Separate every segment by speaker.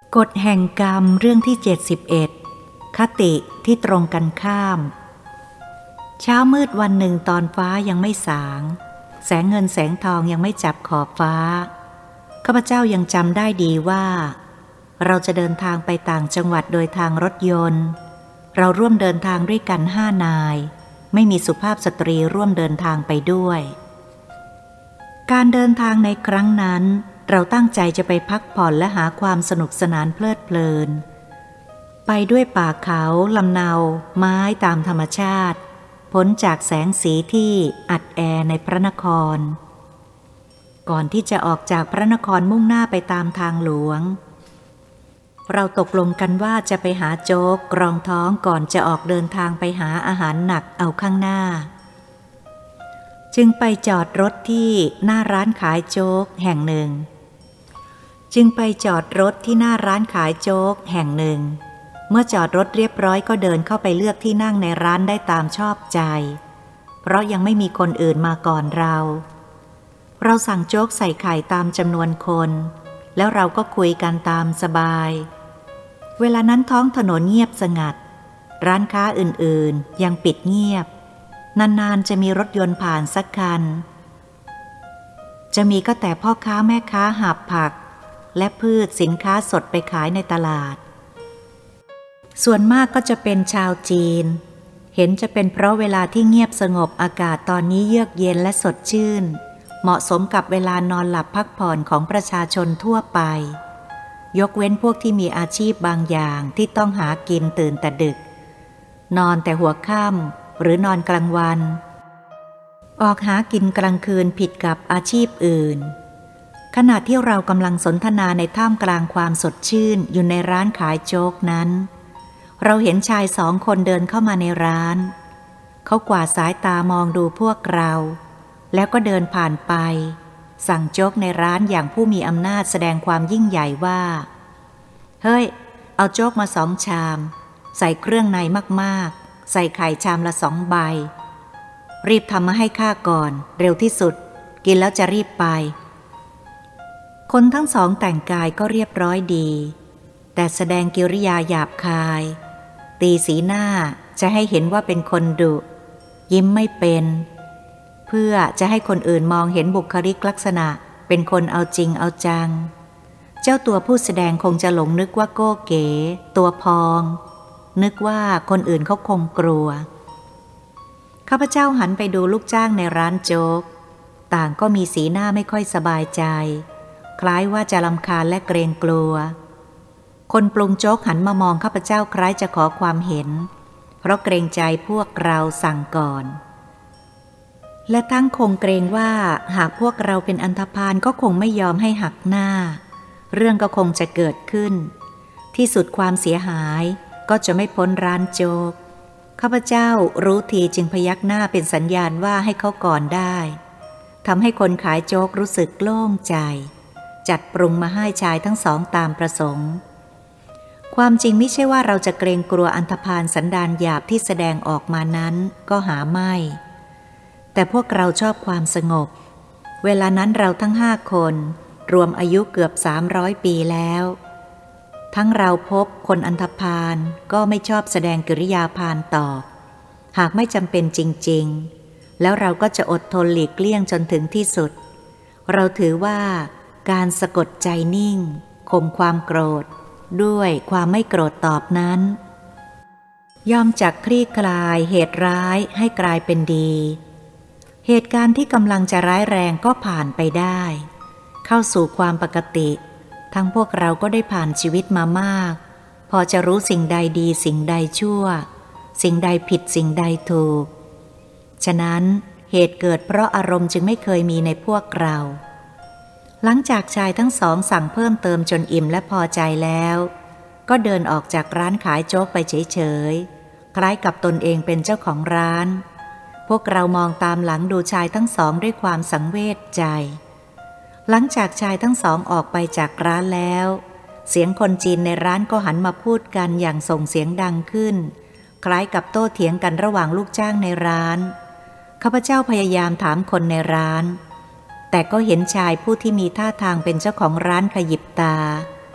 Speaker 1: กฎแห่งกรรมเรื่องที่71คติที่ตรงกันข้ามเช้ามืดวันหนึ่งตอนฟ้ายังไม่สางแสงเงินแสงทองยังไม่จับขอบฟ้าข้าพเจ้ายังจำได้ดีว่าเราจะเดินทางไปต่างจังหวัดโดยทางรถยนต์เราร่วมเดินทางด้วยกัน5 นายไม่มีสุภาพสตรีร่วมเดินทางไปด้วยการเดินทางในครั้งนั้นเราตั้งใจจะไปพักผ่อนและหาความสนุกสนานเพลิดเพลินไปด้วยป่าเขาลำเนาไม้ตามธรรมชาติพ้นจากแสงสีที่อัดแอในพระนครก่อนที่จะออกจากพระนครมุ่งหน้าไปตามทางหลวงเราตกลงกันว่าจะไปหาโจ๊กกรองท้องก่อนจะออกเดินทางไปหาอาหารหนักเอาข้างหน้าจึงไปจอดรถที่หน้าร้านขายโจ๊กแห่งหนึ่งเมื่อจอดรถเรียบร้อยก็เดินเข้าไปเลือกที่นั่งในร้านได้ตามชอบใจเพราะยังไม่มีคนอื่นมาก่อนเราสั่งโจ๊กใส่ไข่ตามจำนวนคนแล้วเราก็คุยกันตามสบายเวลานั้นท้องถนนเงียบสงัดร้านค้าอื่นๆยังปิดเงียบนานๆจะมีรถยนต์ผ่านสักคันจะมีก็แต่พ่อค้าแม่ค้าหาบผักและพืชสินค้าสดไปขายในตลาดส่วนมากก็จะเป็นชาวจีนเห็นจะเป็นเพราะเวลาที่เงียบสงบอากาศตอนนี้เยือกเย็นและสดชื่นเหมาะสมกับเวลานอนหลับพักผ่อนของประชาชนทั่วไปยกเว้นพวกที่มีอาชีพบางอย่างที่ต้องหากินตื่นแต่ดึกนอนแต่หัวค่ำหรือนอนกลางวันออกหากินกลางคืนผิดกับอาชีพอื่นขณะที่เรากำลังสนทนาในท่ามกลางความสดชื่นอยู่ในร้านขายโจ๊กนั้นเราเห็นชาย2 คนเดินเข้ามาในร้านเขากวาดสายตามองดูพวกเราแล้วก็เดินผ่านไปสั่งโจ๊กในร้านอย่างผู้มีอำนาจแสดงความยิ่งใหญ่ว่าเฮ้ยเอาโจ๊กมา2 ชามใส่เครื่องในมากๆใส่ไข่ชามละ2 ใบรีบทำมาให้ข้าก่อนเร็วที่สุดกินแล้วจะรีบไปคนทั้ง2แต่งกายก็เรียบร้อยดีแต่แสดงกิริยาหยาบคายตีสีหน้าจะให้เห็นว่าเป็นคนดุยิ้มไม่เป็นเพื่อจะให้คนอื่นมองเห็นบุคลิกลักษณะเป็นคนเอาจริงเอาจังเจ้าตัวผู้แสดงคงจะหลงนึกว่าโก้เก๋ตัวพองนึกว่าคนอื่นเขาคงกลัวข้าพเจ้าหันไปดูลูกจ้างในร้านโจ๊กต่างก็มีสีหน้าไม่ค่อยสบายใจคล้ายว่าจะรำคาญและเกรงกลัวคนปรุงโจ๊กหันมามองข้าพเจ้าคล้ายจะขอความเห็นเพราะเกรงใจพวกเราสั่งก่อนและทั้งคงเกรงว่าหากพวกเราเป็นอันธพาลก็คงไม่ยอมให้หักหน้าเรื่องก็คงจะเกิดขึ้นที่สุดความเสียหายก็จะไม่พ้นร้านโจ๊กข้าพเจ้ารู้ทีจึงพยักหน้าเป็นสัญญาณว่าให้เขาก่อนได้ทำให้คนขายโจ๊กรู้สึกโล่งใจจัดปรุงมาให้ชายทั้ง2ตามประสงค์ความจริงไม่ใช่ว่าเราจะเกรงกลัวอันธพาลสันดานหยาบที่แสดงออกมานั้นก็หาไม่แต่พวกเราชอบความสงบเวลานั้นเราทั้ง5 คนรวมอายุเกือบ300 ปีแล้วทั้งเราพบคนอันธพาลก็ไม่ชอบแสดงกิริยาพาลตอบหากไม่จำเป็นจริงๆแล้วเราก็จะอดทนหลีกเลี่ยงจนถึงที่สุดเราถือว่าการสะกดใจนิ่งข่มความโกรธด้วยความไม่โกรธตอบนั้นย่อมจักคลี่คลายเหตุร้ายให้กลายเป็นดีเหตุการณ์ที่กำลังจะร้ายแรงก็ผ่านไปได้เข้าสู่ความปกติทั้งพวกเราก็ได้ผ่านชีวิตมามากพอจะรู้สิ่งใดดีสิ่งใดชั่วสิ่งใดผิดสิ่งใดถูกฉะนั้นเหตุเกิดเพราะอารมณ์จึงไม่เคยมีในพวกเราหลังจากชายทั้ง2สั่งเพิ่มเติมจนอิ่มและพอใจแล้วก็เดินออกจากร้านขายโจ๊กไปเฉยๆคล้ายกับตนเองเป็นเจ้าของร้านพวกเรามองตามหลังดูชายทั้ง2ด้วยความสังเวชใจหลังจากชายทั้ง2ออกไปจากร้านแล้วเสียงคนจีนในร้านก็หันมาพูดกันอย่างส่งเสียงดังขึ้นคล้ายกับโต้เถียงกันระหว่างลูกจ้างในร้านข้าพเจ้าพยายามถามคนในร้านแต่ก็เห็นชายผู้ที่มีท่าทางเป็นเจ้าของร้านขยิบตา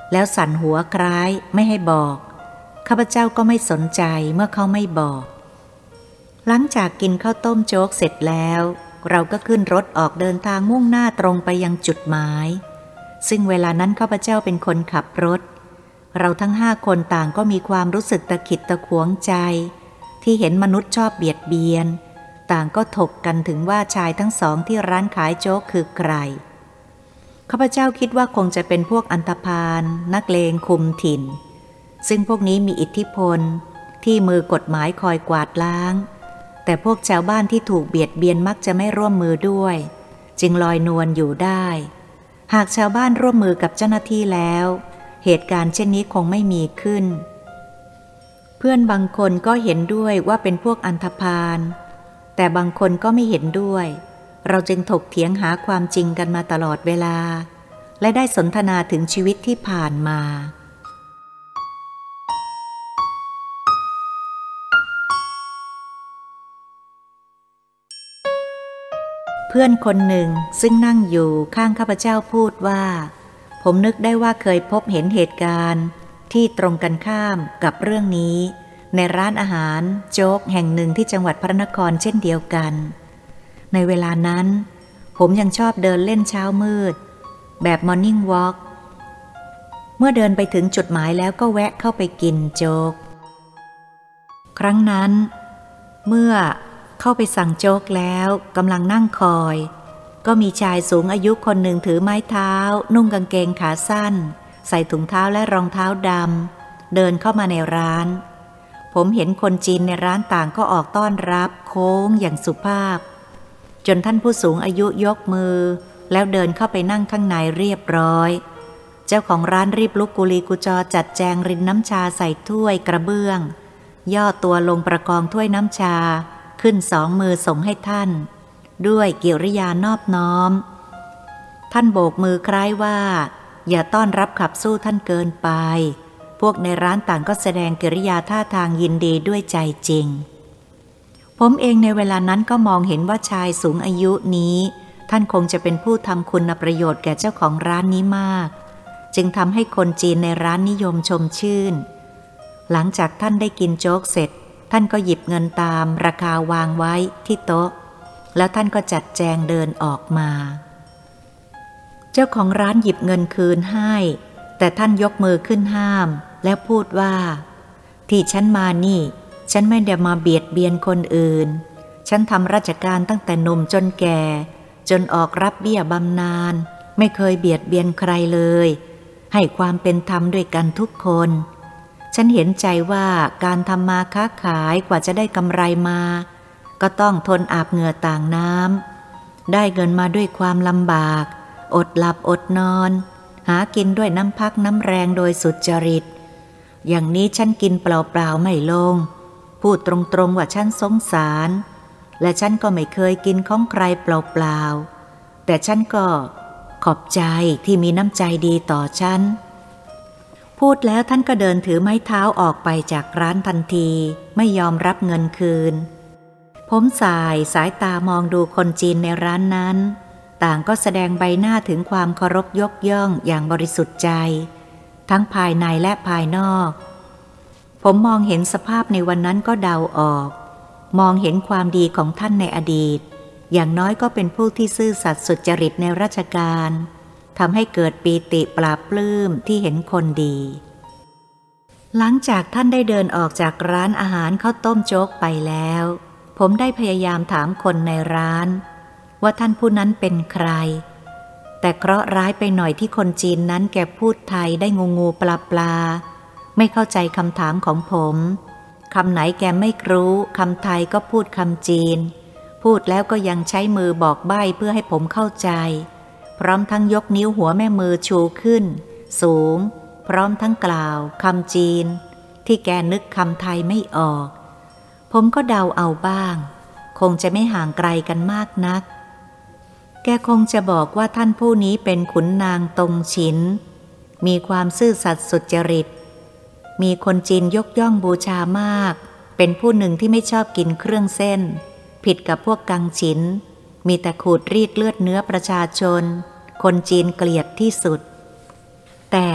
Speaker 1: แล้วสั่นหัวคล้ายไม่ให้บอกข้าพเจ้าก็ไม่สนใจเมื่อเขาไม่บอกหลังจากกินข้าวต้มโจ๊กเสร็จแล้วเราก็ขึ้นรถออกเดินทางมุ่งหน้าตรงไปยังจุดหมายซึ่งเวลานั้นข้าพเจ้าเป็นคนขับรถเราทั้ง5 คนต่างก็มีความรู้สึกตะขิดตะขวงใจที่เห็นมนุษย์ชอบเบียดเบียนต่างก็ถกกันถึงว่าชายทั้ง2ที่ร้านขายโจ๊กคือใครข้าพเจ้าคิดว่าคงจะเป็นพวกอันธพาลนักเลงคุมถิ่นซึ่งพวกนี้มีอิทธิพลที่มือกฎหมายคอยกวาดล้างแต่พวกชาวบ้านที่ถูกเบียดเบียนมักจะไม่ร่วมมือด้วยจึงลอยนวลอยู่ได้หากชาวบ้านร่วมมือกับเจ้าหน้าที่แล้วเหตุการณ์เช่นนี้คงไม่มีขึ้นเพื่อนบางคนก็เห็นด้วยว่าเป็นพวกอันธพาลแต่บางคนก็ไม่เห็นด้วยเราจึงถกเถียงหาความจริงกันมาตลอดเวลาและได้สนทนาถึงชีวิตที่ผ่านมาเพื่อนคนหนึ่งซึ่งนั่งอยู่ข้างข้าพเจ้าพูดว่าผมนึกได้ว่าเคยพบเห็นเหตุการณ์ที่ตรงกันข้ามกับเรื่องนี้ในร้านอาหารโจ๊กแห่งหนึ่งที่จังหวัดพระนครเช่นเดียวกันในเวลานั้นผมยังชอบเดินเล่นเช้ามืดแบบมอร์นิ่งวอล์กเมื่อเดินไปถึงจุดหมายแล้วก็แวะเข้าไปกินโจ๊กครั้งนั้นเมื่อเข้าไปสั่งโจ๊กแล้วกำลังนั่งคอยก็มีชายสูงอายุคนหนึ่งถือไม้เท้านุ่งกางเกงขาสั้นใส่ถุงเท้าและรองเท้าดำเดินเข้ามาในร้านผมเห็นคนจีนในร้านต่างก็ออกต้อนรับโค้งอย่างสุภาพจนท่านผู้สูงอายุยกมือแล้วเดินเข้าไปนั่งข้างในเรียบร้อยเจ้าของร้านรีบลุกกุลีกุจอจัดแจงรินน้ำชาใส่ถ้วยกระเบื้องย่อตัวลงประคองถ้วยน้ำชาขึ้น2 มือส่งให้ท่านด้วยกิริยานอบน้อมท่านโบกมือคล้ายว่าอย่าต้อนรับขับสู้ท่านเกินไปพวกในร้านต่างก็แสดงกิริยาท่าทางยินดีด้วยใจจริงผมเองในเวลานั้นก็มองเห็นว่าชายสูงอายุนี้ท่านคงจะเป็นผู้ทำคุณประโยชน์แก่เจ้าของร้านนี้มากจึงทำให้คนจีนในร้านนิยมชมชื่นหลังจากท่านได้กินโจ๊กเสร็จท่านก็หยิบเงินตามราคาวางไว้ที่โต๊ะแล้วท่านก็จัดแจงเดินออกมาเจ้าของร้านหยิบเงินคืนให้แต่ท่านยกมือขึ้นห้ามแล้วพูดว่าที่ฉันมานี่ฉันไม่ได้มาเบียดเบียนคนอื่นฉันทำราชการตั้งแต่หนุ่มจนแก่จนออกรับเบี้ยบำนาญไม่เคยเบียดเบียนใครเลยให้ความเป็นธรรมด้วยกันทุกคนฉันเห็นใจว่าการทำมาค้าขายกว่าจะได้กำไรมาก็ต้องทนอาบเหงื่อต่างน้ำได้เงินมาด้วยความลำบากอดหลับอดนอนหากินด้วยน้ำพักน้ำแรงโดยสุจริตอย่างนี้ฉันกินเปล่าๆไม่ลงพูดตรงๆว่าฉันสงสารและฉันก็ไม่เคยกินของใครเปล่าๆแต่ฉันก็ขอบใจที่มีน้ำใจดีต่อฉันพูดแล้วท่านก็เดินถือไม้เท้าออกไปจากร้านทันทีไม่ยอมรับเงินคืนผมสายตามองดูคนจีนในร้านนั้นต่างก็แสดงใบหน้าถึงความเคารพยกย่องอย่างบริสุทธิ์ใจทั้งภายในและภายนอกผมมองเห็นสภาพในวันนั้นก็เดาออกมองเห็นความดีของท่านในอดีตอย่างน้อยก็เป็นผู้ที่ซื่อสัตย์สุจริตในราชการทำให้เกิดปีติปลาบปลื้มที่เห็นคนดีหลังจากท่านได้เดินออกจากร้านอาหารข้าวต้มโจ๊กไปแล้วผมได้พยายามถามคนในร้านว่าท่านผู้นั้นเป็นใครแต่เคราะห์ร้ายไปหน่อยที่คนจีนนั้นแกพูดไทยได้งูปลาไม่เข้าใจคำถามของผมคำไหนแกไม่รู้คำไทยก็พูดคำจีนพูดแล้วก็ยังใช้มือบอกใบ้เพื่อให้ผมเข้าใจพร้อมทั้งยกนิ้วหัวแม่มือชูขึ้นสูงพร้อมทั้งกล่าวคำจีนที่แกนึกคำไทยไม่ออกผมก็เดาเอาบ้างคงจะไม่ห่างไกลกันมากนักแกคงจะบอกว่าท่านผู้นี้เป็นขุนนางตงฉินมีความซื่อสัตย์สุจริตมีคนจีนยกย่องบูชามากเป็นผู้หนึ่งที่ไม่ชอบกินเครื่องเส้นผิดกับพวกกังฉินมีแต่ขูดรีดเลือดเนื้อประชาชนคนจีนเกลียดที่สุดแต่ค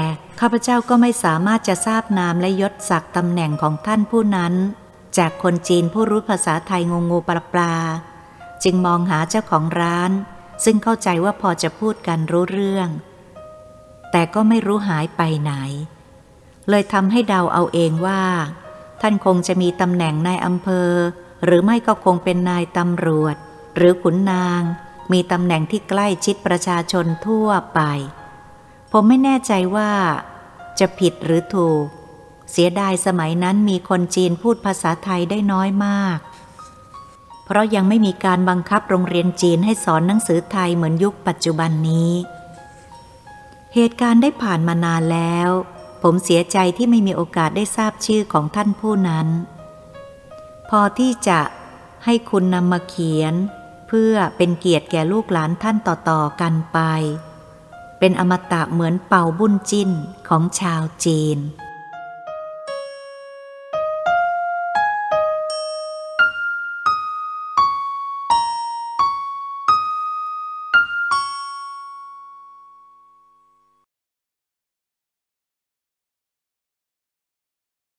Speaker 1: ข้าพเจ้าก็ไม่สามารถจะทราบนามและยศศักดิ์ตำแหน่งของท่านผู้นั้นจากคนจีนผู้รู้ภาษาไทยงูปลาจึงมองหาเจ้าของร้านซึ่งเข้าใจว่าพอจะพูดกันรู้เรื่องแต่ก็ไม่รู้หายไปไหนเลยทำให้เดาเอาเองว่าท่านคงจะมีตำแหน่งนายอำเภอหรือไม่ก็คงเป็นนายตำรวจหรือขุนนางมีตำแหน่งที่ใกล้ชิดประชาชนทั่วไปผมไม่แน่ใจว่าจะผิดหรือถูกเสียดายสมัยนั้นมีคนจีนพูดภาษาไทยได้น้อยมากเพราะยังไม่มีการบังคับโรงเรียนจีนให้สอนหนังสือไทยเหมือนยุคปัจจุบันนี้เหตุการณ์ได้ผ่านมานานแล้วผมเสียใจที่ไม่มีโอกาสได้ทราบชื่อของท่านผู้นั้นพอที่จะให้คุณนำมาเขียนเพื่อเป็นเกียรติแก่ลูกหลานท่านต่อๆกันไปเป็นอมตะเหมือนเป่าบุญจิ้นของชาวจีน